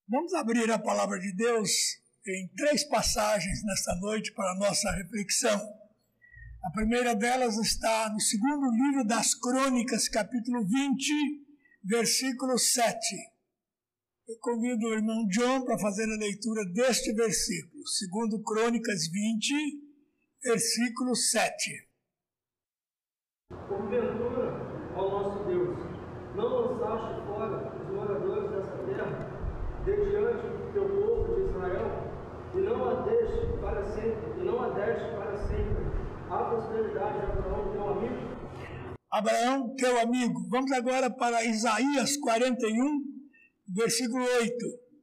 Vamos abrir a palavra de Deus em 3 passagens nesta noite para a nossa reflexão. A primeira delas está no segundo livro das Crônicas, capítulo 20, versículo 7. Eu convido o irmão John para fazer a leitura deste versículo, segundo Crônicas 20, versículo 7. Porventura, ó nosso Deus, não lançaste fora os moradores dessa terra, de diante do teu povo de Israel, e não a deste para sempre, a prosperidade de Abraão, teu amigo? Abraão, teu amigo. Vamos agora para Isaías 41, versículo 8.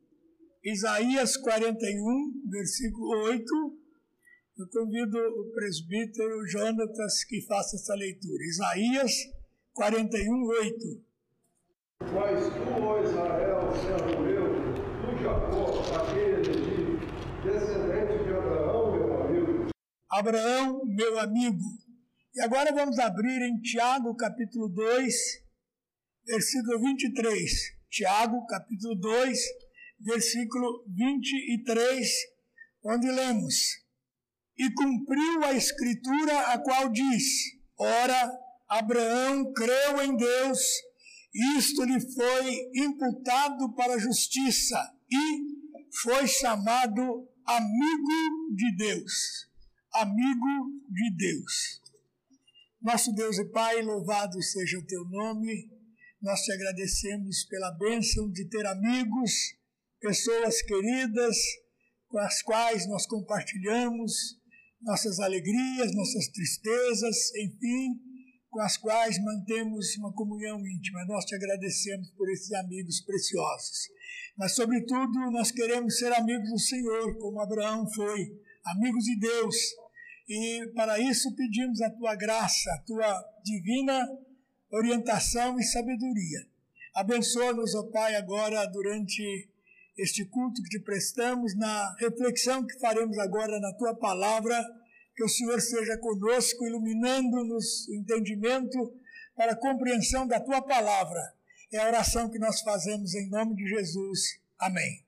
Isaías 41, versículo 8. Eu convido o presbítero Jonatas que faça essa leitura. Isaías 41, 8. Mas tu, ó Israel, servo meu, tu Jacó, aquele elegido, descendente de Abraão, meu amigo. Abraão, meu amigo. E agora vamos abrir em Tiago, capítulo 2, versículo 23. Tiago, capítulo 2, versículo 23, onde lemos: E cumpriu a escritura a qual diz: Ora, Abraão creu em Deus, isto lhe foi imputado para a justiça, e foi chamado amigo de Deus. Amigo de Deus. Nosso Deus e Pai, louvado seja o teu nome. Nós te agradecemos pela bênção de ter amigos, pessoas queridas, com as quais nós compartilhamos nossas alegrias, nossas tristezas, enfim, com as quais mantemos uma comunhão íntima. Nós te agradecemos por esses amigos preciosos. Mas, sobretudo, nós queremos ser amigos do Senhor, como Abraão foi, amigos de Deus. E, para isso, pedimos a tua graça, a tua divina orientação e sabedoria. Abençoa-nos, ó Pai, agora durante este culto que te prestamos, na reflexão que faremos agora na tua palavra, que o Senhor seja conosco, iluminando-nos o entendimento para a compreensão da tua palavra. É a oração que nós fazemos em nome de Jesus. Amém.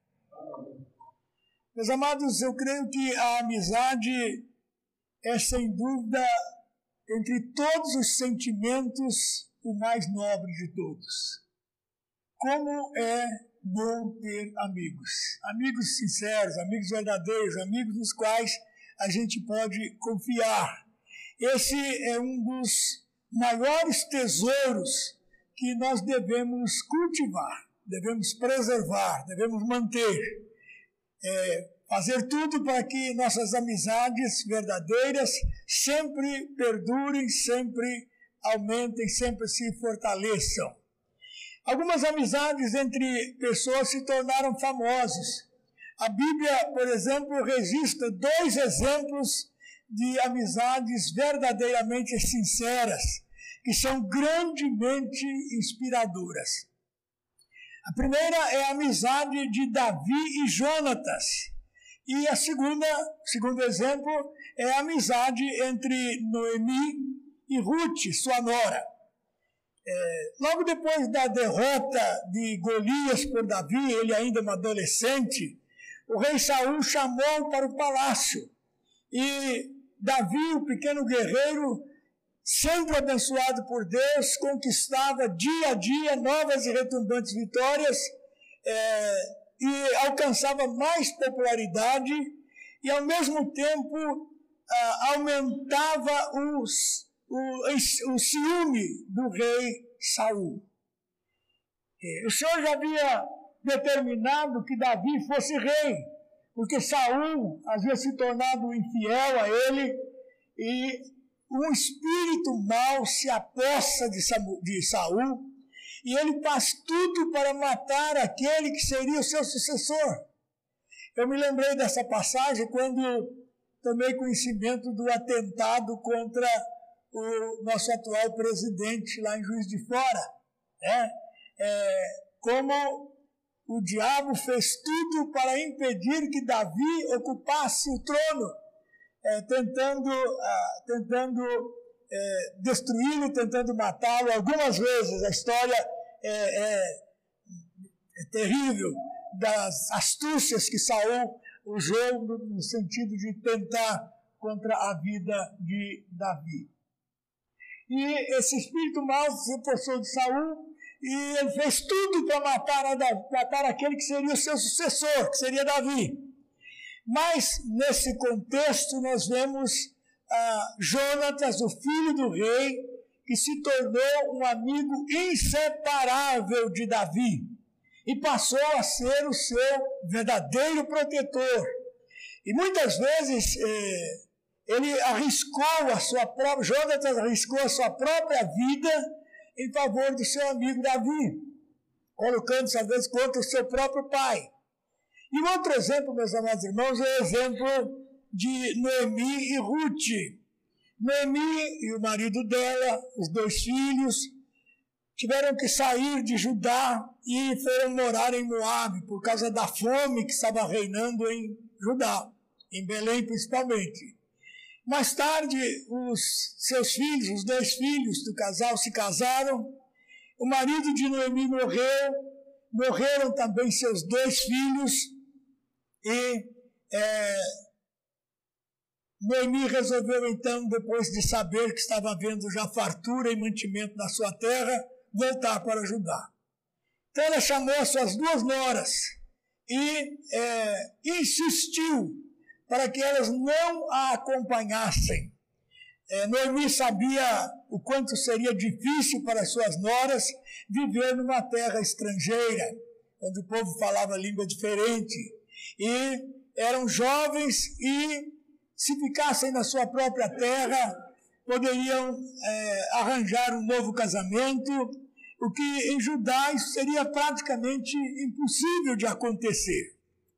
Meus amados, eu creio que a amizade é, sem dúvida, entre todos os sentimentos, o mais nobre de todos. Como é bom ter amigos. Amigos sinceros, amigos verdadeiros, amigos nos quais a gente pode confiar. Esse é um dos maiores tesouros que nós devemos cultivar, devemos preservar, devemos manter. Fazer tudo para que nossas amizades verdadeiras sempre perdurem, sempre aumentem, sempre se fortaleçam. Algumas amizades entre pessoas se tornaram famosas. A Bíblia, por exemplo, registra 2 exemplos de amizades verdadeiramente sinceras, que são grandemente inspiradoras. A primeira é a amizade de Davi e Jonatas. E a segundo exemplo, é a amizade entre Noemi e Ruth, sua nora. Logo depois da derrota de Golias por Davi, ele ainda um adolescente, o rei Saul chamou para o palácio. E Davi, o pequeno guerreiro, sempre abençoado por Deus, conquistava dia a dia novas e retumbantes vitórias, e alcançava mais popularidade, e ao mesmo tempo aumentava o ciúme do rei Saul. O Senhor já havia determinado que Davi fosse rei, porque Saul havia se tornado infiel a ele, e um espírito mau se apossa de Saul, e ele faz tudo para matar aquele que seria o seu sucessor. Eu me lembrei dessa passagem quando tomei conhecimento do atentado contra o nosso atual presidente lá em Juiz de Fora. Como o diabo fez tudo para impedir que Davi ocupasse o trono, tentando destruí-lo, tentando matá-lo algumas vezes. A história é terrível, das astúcias que Saul usou no sentido de tentar contra a vida de Davi. E esse espírito mau se apossou de Saul e ele fez tudo para matar aquele que seria o seu sucessor, que seria Davi. Mas, nesse contexto, nós vemos Jonatas, o filho do rei, que se tornou um amigo inseparável de Davi e passou a ser o seu verdadeiro protetor. E muitas vezes ele Jonatas arriscou a sua própria vida em favor do seu amigo Davi, colocando-se às vezes contra o seu próprio pai. E um outro exemplo, meus amados irmãos, é o exemplo de Noemi e Ruth. Noemi e o marido dela, os 2 filhos, tiveram que sair de Judá e foram morar em Moabe, por causa da fome que estava reinando em Judá, em Belém principalmente. Mais tarde, os seus filhos, os 2 filhos do casal se casaram, o marido de Noemi morreram também seus 2 filhos, e Noemi resolveu então, depois de saber que estava havendo já fartura e mantimento na sua terra, voltar para Judá. Então ela chamou as suas 2 noras e insistiu para que elas não a acompanhassem. Noemi sabia o quanto seria difícil para as suas noras viver numa terra estrangeira, onde o povo falava língua diferente, e eram jovens e, se ficassem na sua própria terra, poderiam arranjar um novo casamento, o que em Judá isso seria praticamente impossível de acontecer.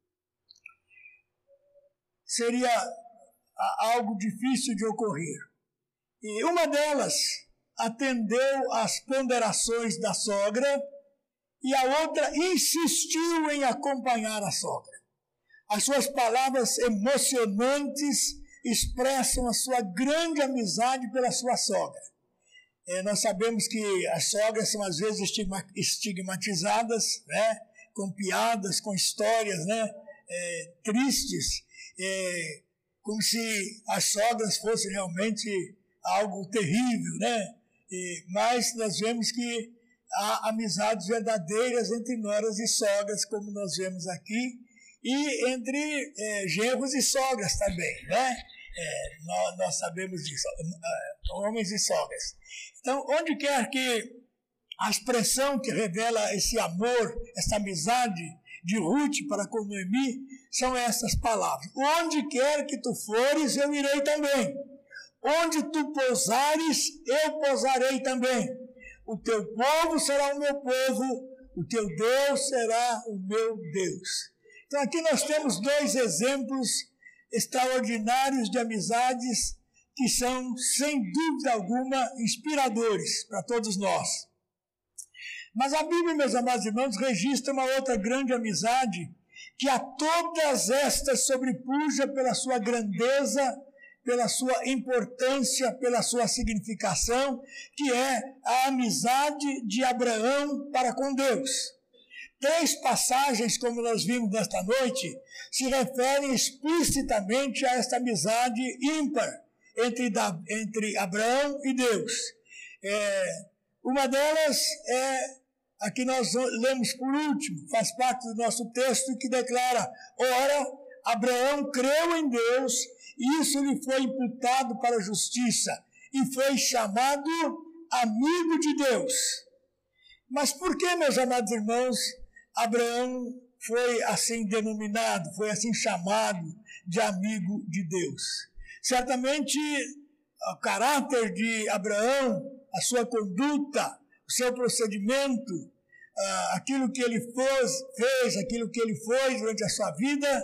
Seria algo difícil de ocorrer. E uma delas atendeu às ponderações da sogra e a outra insistiu em acompanhar a sogra. As suas palavras emocionantes expressam a sua grande amizade pela sua sogra. Nós sabemos que as sogras são às vezes estigmatizadas, né, com piadas, com histórias, né, tristes, como se as sogras fossem realmente algo terrível, né? Mas nós vemos que há amizades verdadeiras entre noras e sogras, como nós vemos aqui, e entre genros e sogras também, né? Nós sabemos disso, homens e sogras. Então, onde quer que a expressão que revela esse amor, essa amizade de Ruth para com Noemi, são essas palavras: onde quer que tu fores, eu irei também. Onde tu pousares, eu pousarei também. O teu povo será o meu povo, o teu Deus será o meu Deus. Então aqui nós temos 2 exemplos extraordinários de amizades que são, sem dúvida alguma, inspiradores para todos nós. Mas a Bíblia, meus amados irmãos, registra uma outra grande amizade que a todas estas sobrepuja pela sua grandeza, pela sua importância, pela sua significação, que é a amizade de Abraão para com Deus. 3 passagens, como nós vimos nesta noite, se referem explicitamente a esta amizade ímpar entre Abraão e Deus. Uma delas é a que nós lemos por último, faz parte do nosso texto, que declara: ora, Abraão creu em Deus, e isso lhe foi imputado para a justiça, e foi chamado amigo de Deus. Mas por que, meus amados irmãos, Abraão foi assim denominado, foi assim chamado de amigo de Deus? Certamente, o caráter de Abraão, a sua conduta, o seu procedimento, aquilo que ele fez, aquilo que ele foi durante a sua vida,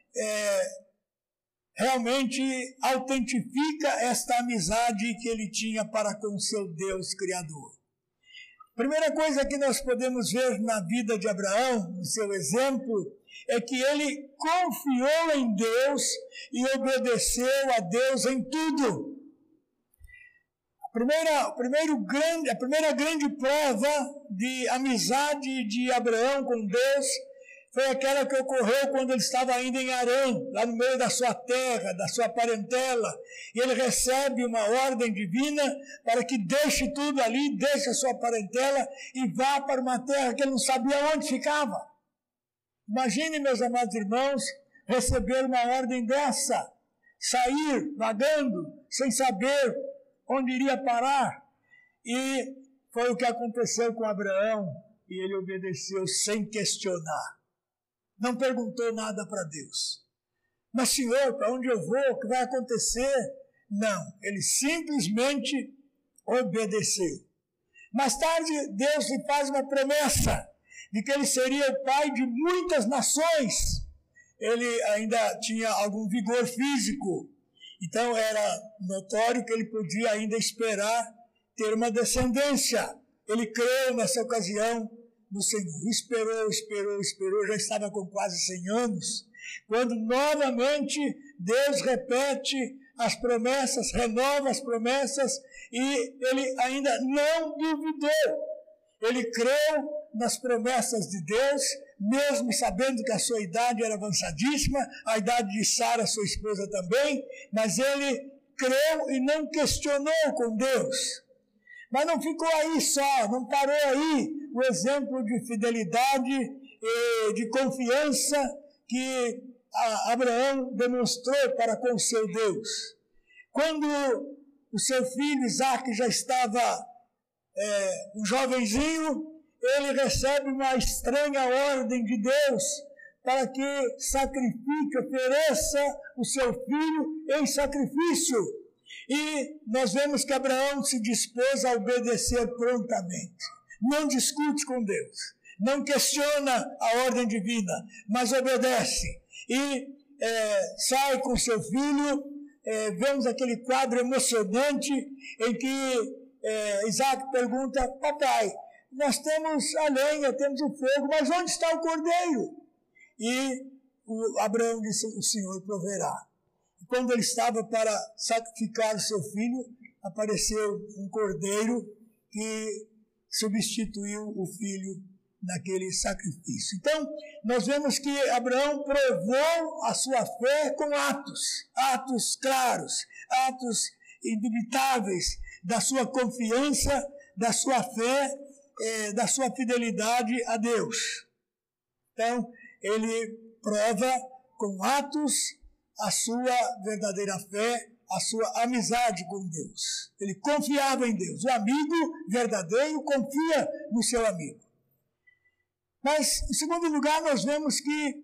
realmente autentifica esta amizade que ele tinha para com o seu Deus Criador. Primeira coisa que nós podemos ver na vida de Abraão, no seu exemplo, é que ele confiou em Deus e obedeceu a Deus em tudo. A primeira grande prova de amizade de Abraão com Deus foi aquela que ocorreu quando ele estava ainda em Harã, lá no meio da sua terra, da sua parentela, e ele recebe uma ordem divina para que deixe tudo ali, deixe a sua parentela e vá para uma terra que ele não sabia onde ficava. Imagine, meus amados irmãos, receber uma ordem dessa, sair vagando, sem saber onde iria parar. E foi o que aconteceu com Abraão, e ele obedeceu sem questionar. Não perguntou nada para Deus. Mas, Senhor, para onde eu vou? O que vai acontecer? Não, ele simplesmente obedeceu. Mais tarde, Deus lhe faz uma promessa de que ele seria o pai de muitas nações. Ele ainda tinha algum vigor físico, então era notório que ele podia ainda esperar ter uma descendência. Ele creu nessa ocasião no Senhor. Esperou, já estava com quase 100 anos, quando novamente Deus repete as promessas, renova as promessas, e ele ainda não duvidou. Ele creu nas promessas de Deus, mesmo sabendo que a sua idade era avançadíssima, a idade de Sara, sua esposa também, mas ele creu e não questionou com Deus. Mas não ficou aí só, não parou aí o exemplo de fidelidade e de confiança que Abraão demonstrou para com o seu Deus. Quando o seu filho Isaque já estava um jovenzinho, ele recebe uma estranha ordem de Deus para que sacrifique, ofereça o seu filho em sacrifício. E nós vemos que Abraão se dispôs a obedecer prontamente. Não discute com Deus, não questiona a ordem divina, mas obedece. E sai com seu filho. Vemos aquele quadro emocionante em que Isaac pergunta: papai, nós temos a lenha, temos o fogo, mas onde está o cordeiro? E Abraão disse: o Senhor proverá. E quando ele estava para sacrificar o seu filho, apareceu um cordeiro que substituiu o filho naquele sacrifício. Então, nós vemos que Abraão provou a sua fé com atos claros, atos indubitáveis da sua confiança, da sua fé, da sua fidelidade a Deus. Então, ele prova com atos a sua verdadeira fé, a sua amizade com Deus. Ele confiava em Deus. O amigo verdadeiro confia no seu amigo. Mas, em segundo lugar, nós vemos que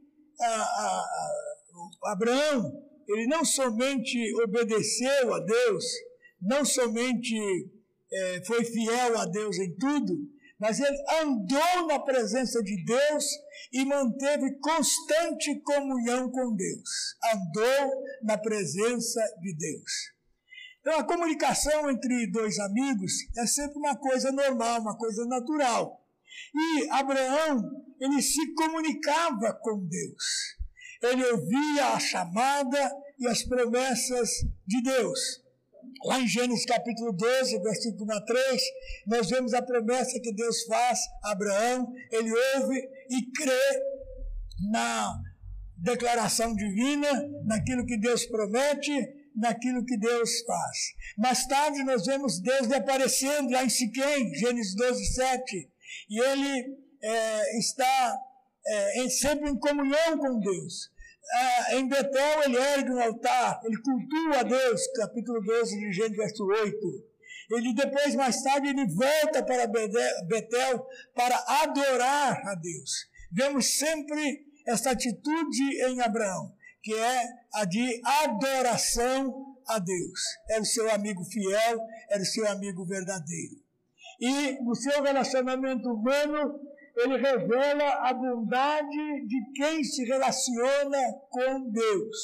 Abraão, ele não somente obedeceu a Deus, não somente foi fiel a Deus em tudo, mas ele andou na presença de Deus e manteve constante comunhão com Deus. Andou na presença de Deus. Então, a comunicação entre dois amigos é sempre uma coisa normal, uma coisa natural. E Abraão, ele se comunicava com Deus. Ele ouvia a chamada e as promessas de Deus. Lá em Gênesis capítulo 12, versículo 3, nós vemos a promessa que Deus faz a Abraão. Ele ouve e crê na declaração divina, naquilo que Deus promete, naquilo que Deus faz. Mais tarde nós vemos Deus aparecendo lá em Siquém, Gênesis 12, 7. E ele está sempre em comunhão com Deus. Em Betel ele ergue um altar, ele cultua a Deus, capítulo 12 de Gênesis, verso 8. Ele depois, mais tarde, ele volta para Betel para adorar a Deus. Vemos sempre essa atitude em Abraão, que é a de adoração a Deus. Era o seu amigo fiel, era o seu amigo verdadeiro. E no seu relacionamento humano, ele revela a bondade de quem se relaciona com Deus.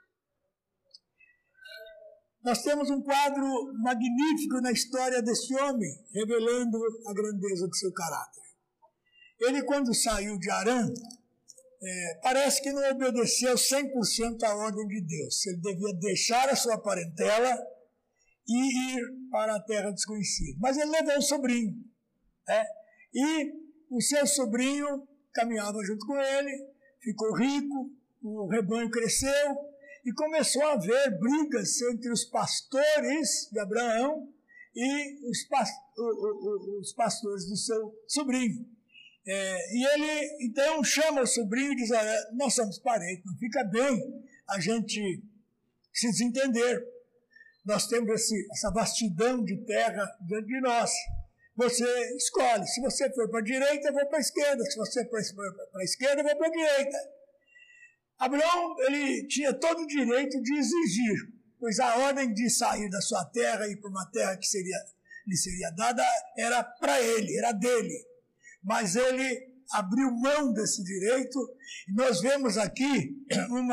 Nós temos um quadro magnífico na história desse homem, revelando a grandeza do seu caráter. Ele, quando saiu de Harã, parece que não obedeceu 100% à ordem de Deus. Ele devia deixar a sua parentela e ir para a terra desconhecida. Mas ele levou o sobrinho. E o seu sobrinho caminhava junto com ele, ficou rico, o rebanho cresceu e começou a haver brigas entre os pastores de Abraão e os pastores do seu sobrinho. E ele, então, chama o sobrinho e diz, olha, nós somos parentes, não fica bem a gente se desentender. Nós temos essa vastidão de terra diante de nós. Você escolhe. Se você for para a direita, eu vou para a esquerda. Se você for para a esquerda, eu vou para a direita. Abraão, ele tinha todo o direito de exigir, pois a ordem de sair da sua terra e ir para uma terra que lhe seria dada era para ele, era dele. Mas ele abriu mão desse direito e nós vemos aqui um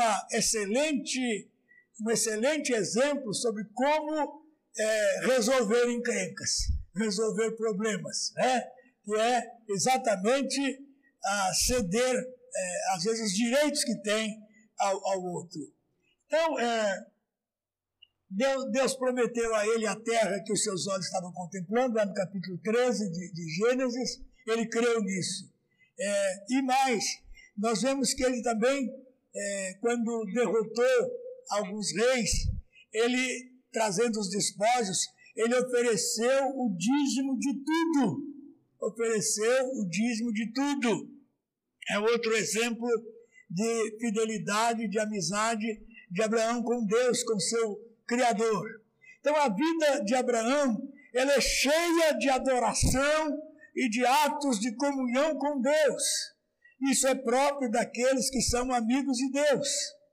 excelente exemplo sobre como resolver encrencas, resolver problemas, né? Que é exatamente ceder, às vezes, os direitos que tem ao outro. Então, Deus prometeu a ele a terra que os seus olhos estavam contemplando, lá no capítulo 13 de Gênesis, ele creu nisso. E mais, nós vemos que ele também, quando derrotou alguns reis, ele, trazendo os despojos, ele ofereceu o dízimo de tudo. Ofereceu o dízimo de tudo. É outro exemplo de fidelidade, de amizade de Abraão com Deus, com seu Criador. Então a vida de Abraão, ela é cheia de adoração e de atos de comunhão com Deus. Isso é próprio daqueles que são amigos de Deus.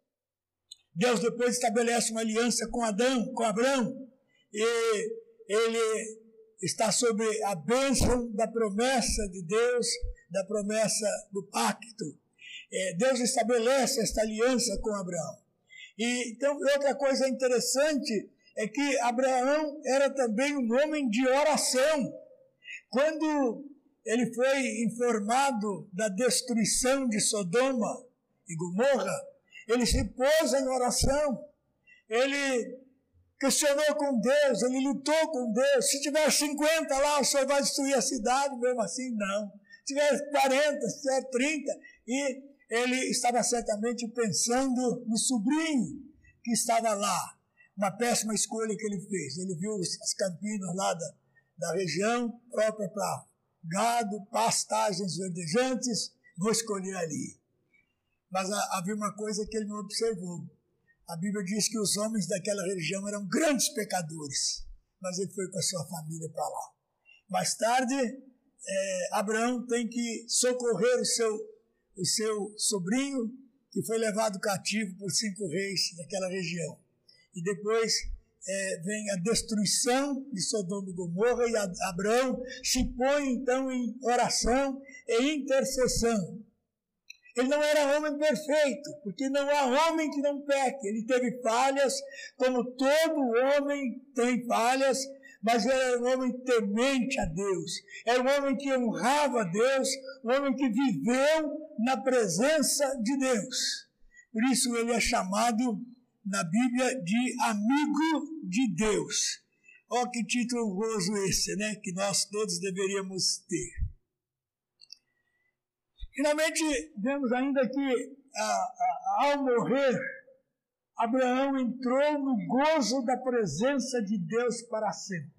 Deus depois estabelece uma aliança com Abraão, e ele está sobre a bênção da promessa de Deus, da promessa do pacto. Deus estabelece esta aliança com Abraão. E então, outra coisa interessante é que Abraão era também um homem de oração. Quando ele foi informado da destruição de Sodoma e Gomorra, ele se pôs em oração. Ele questionou com Deus, ele lutou com Deus. Se tiver 50 lá, o Senhor vai destruir a cidade? Mesmo assim, não. Se tiver 40, se tiver 30. E ele estava certamente pensando no sobrinho que estava lá. Uma péssima escolha que ele fez. Ele viu as campinas lá da região, própria para gado, pastagens verdejantes, vou escolher ali. Mas havia uma coisa que ele não observou. A Bíblia diz que os homens daquela região eram grandes pecadores, mas ele foi com a sua família para lá. Mais tarde, Abraão tem que socorrer o seu sobrinho, que foi levado cativo por 5 reis daquela região. E depois vem a destruição de Sodoma e Gomorra, e Abraão se põe então em oração e intercessão. Ele não era homem perfeito, porque não há homem que não peque. Ele teve falhas, como todo homem tem falhas, mas ele era um homem temente a Deus. Era um homem que honrava a Deus, um homem que viveu na presença de Deus. Por isso ele é chamado na Bíblia de amigo de Deus. Olha que título honroso esse, né? Que nós todos deveríamos ter. Finalmente, vemos ainda que, ao morrer, Abraão entrou no gozo da presença de Deus para sempre.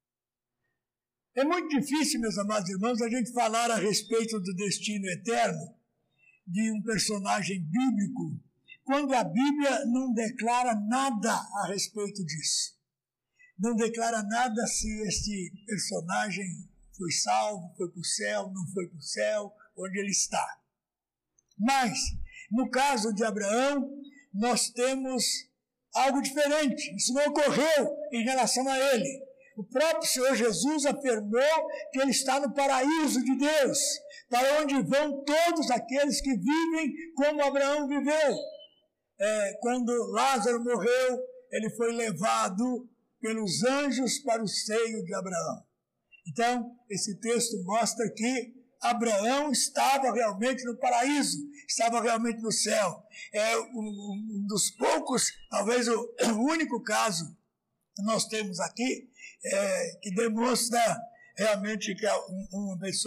É muito difícil, meus amados irmãos, a gente falar a respeito do destino eterno de um personagem bíblico, quando a Bíblia não declara nada a respeito disso. Não declara nada se este personagem foi salvo, foi para o céu, não foi para o céu, onde ele está. Mas, no caso de Abraão, nós temos algo diferente. Isso não ocorreu em relação a ele. O próprio Senhor Jesus afirmou que ele está no paraíso de Deus, para onde vão todos aqueles que vivem como Abraão viveu. Quando Lázaro morreu, ele foi levado pelos anjos para o seio de Abraão. Então, esse texto mostra que Abraão estava realmente no paraíso, estava realmente no céu. É um dos poucos, talvez o único caso que nós temos aqui, que demonstra realmente que uma pessoa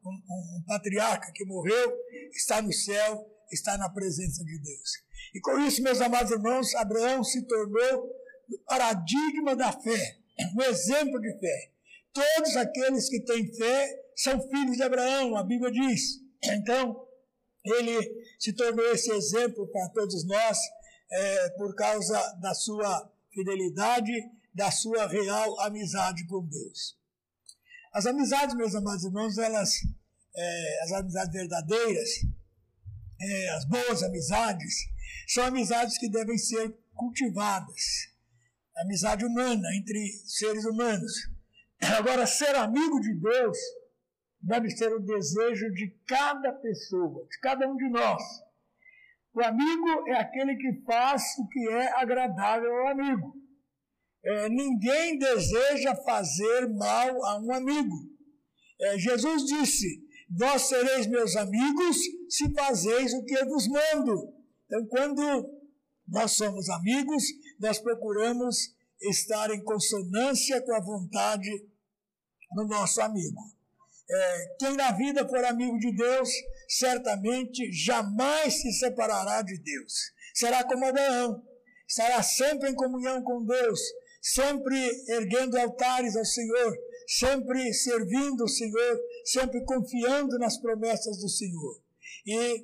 um patriarca que morreu, está no céu, está na presença de Deus. E com isso, meus amados irmãos, Abraão se tornou o paradigma da fé, um exemplo de fé. Todos aqueles que têm fé são filhos de Abraão, a Bíblia diz. Então, ele se tornou esse exemplo para todos nós, por causa da sua fidelidade, da sua real amizade com Deus. As amizades, meus amados irmãos, as amizades verdadeiras, as boas amizades, são amizades que devem ser cultivadas. Amizade humana, entre seres humanos. Agora, ser amigo de Deus deve ser o desejo de cada pessoa, de cada um de nós. O amigo é aquele que faz o que é agradável ao amigo. Ninguém deseja fazer mal a um amigo. Jesus disse, vós sereis meus amigos se fazeis o que eu vos mando. Então, quando nós somos amigos, nós procuramos estar em consonância com a vontade do nosso amigo. Quem na vida for amigo de Deus, certamente jamais se separará de Deus. Será como Abraão, estará sempre em comunhão com Deus, sempre erguendo altares ao Senhor, sempre servindo o Senhor, sempre confiando nas promessas do Senhor. E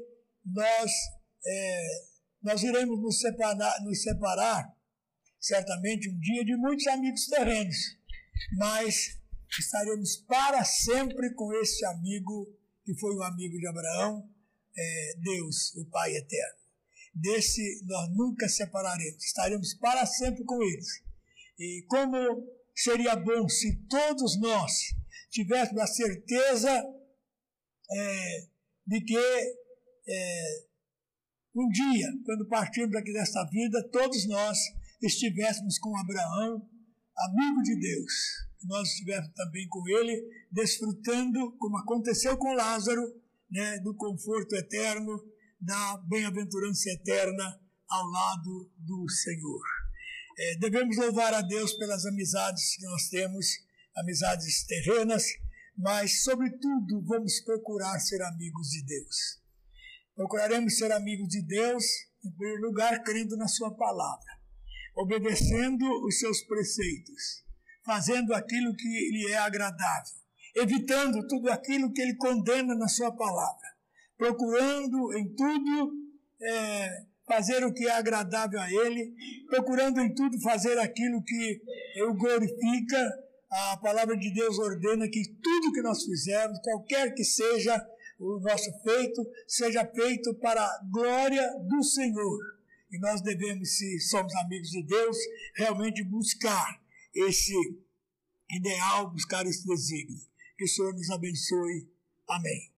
nós iremos nos separar, certamente um dia, de muitos amigos terrenos, mas estaremos para sempre com esse amigo que foi o amigo de Abraão, Deus, o Pai eterno. Desse nós nunca separaremos, estaremos para sempre com eles. E como seria bom se todos nós tivéssemos a certeza de que um dia, quando partirmos aqui desta vida, todos nós estivéssemos com Abraão, amigo de Deus, que nós estivéssemos também com ele, desfrutando, como aconteceu com Lázaro, do conforto eterno, da bem-aventurança eterna ao lado do Senhor. Devemos louvar a Deus pelas amizades que nós temos, amizades terrenas, mas, sobretudo, vamos procurar ser amigos de Deus. Procuraremos ser amigos de Deus, em primeiro lugar, crendo na sua palavra, obedecendo os seus preceitos, fazendo aquilo que lhe é agradável, evitando tudo aquilo que ele condena na sua palavra, procurando em tudo fazer o que é agradável a ele, procurando em tudo fazer aquilo que o glorifica. A palavra de Deus ordena que tudo que nós fizermos, qualquer que seja o nosso feito, seja feito para a glória do Senhor. E nós devemos, se somos amigos de Deus, realmente buscar esse ideal, buscar esse desígnio. Que o Senhor nos abençoe. Amém.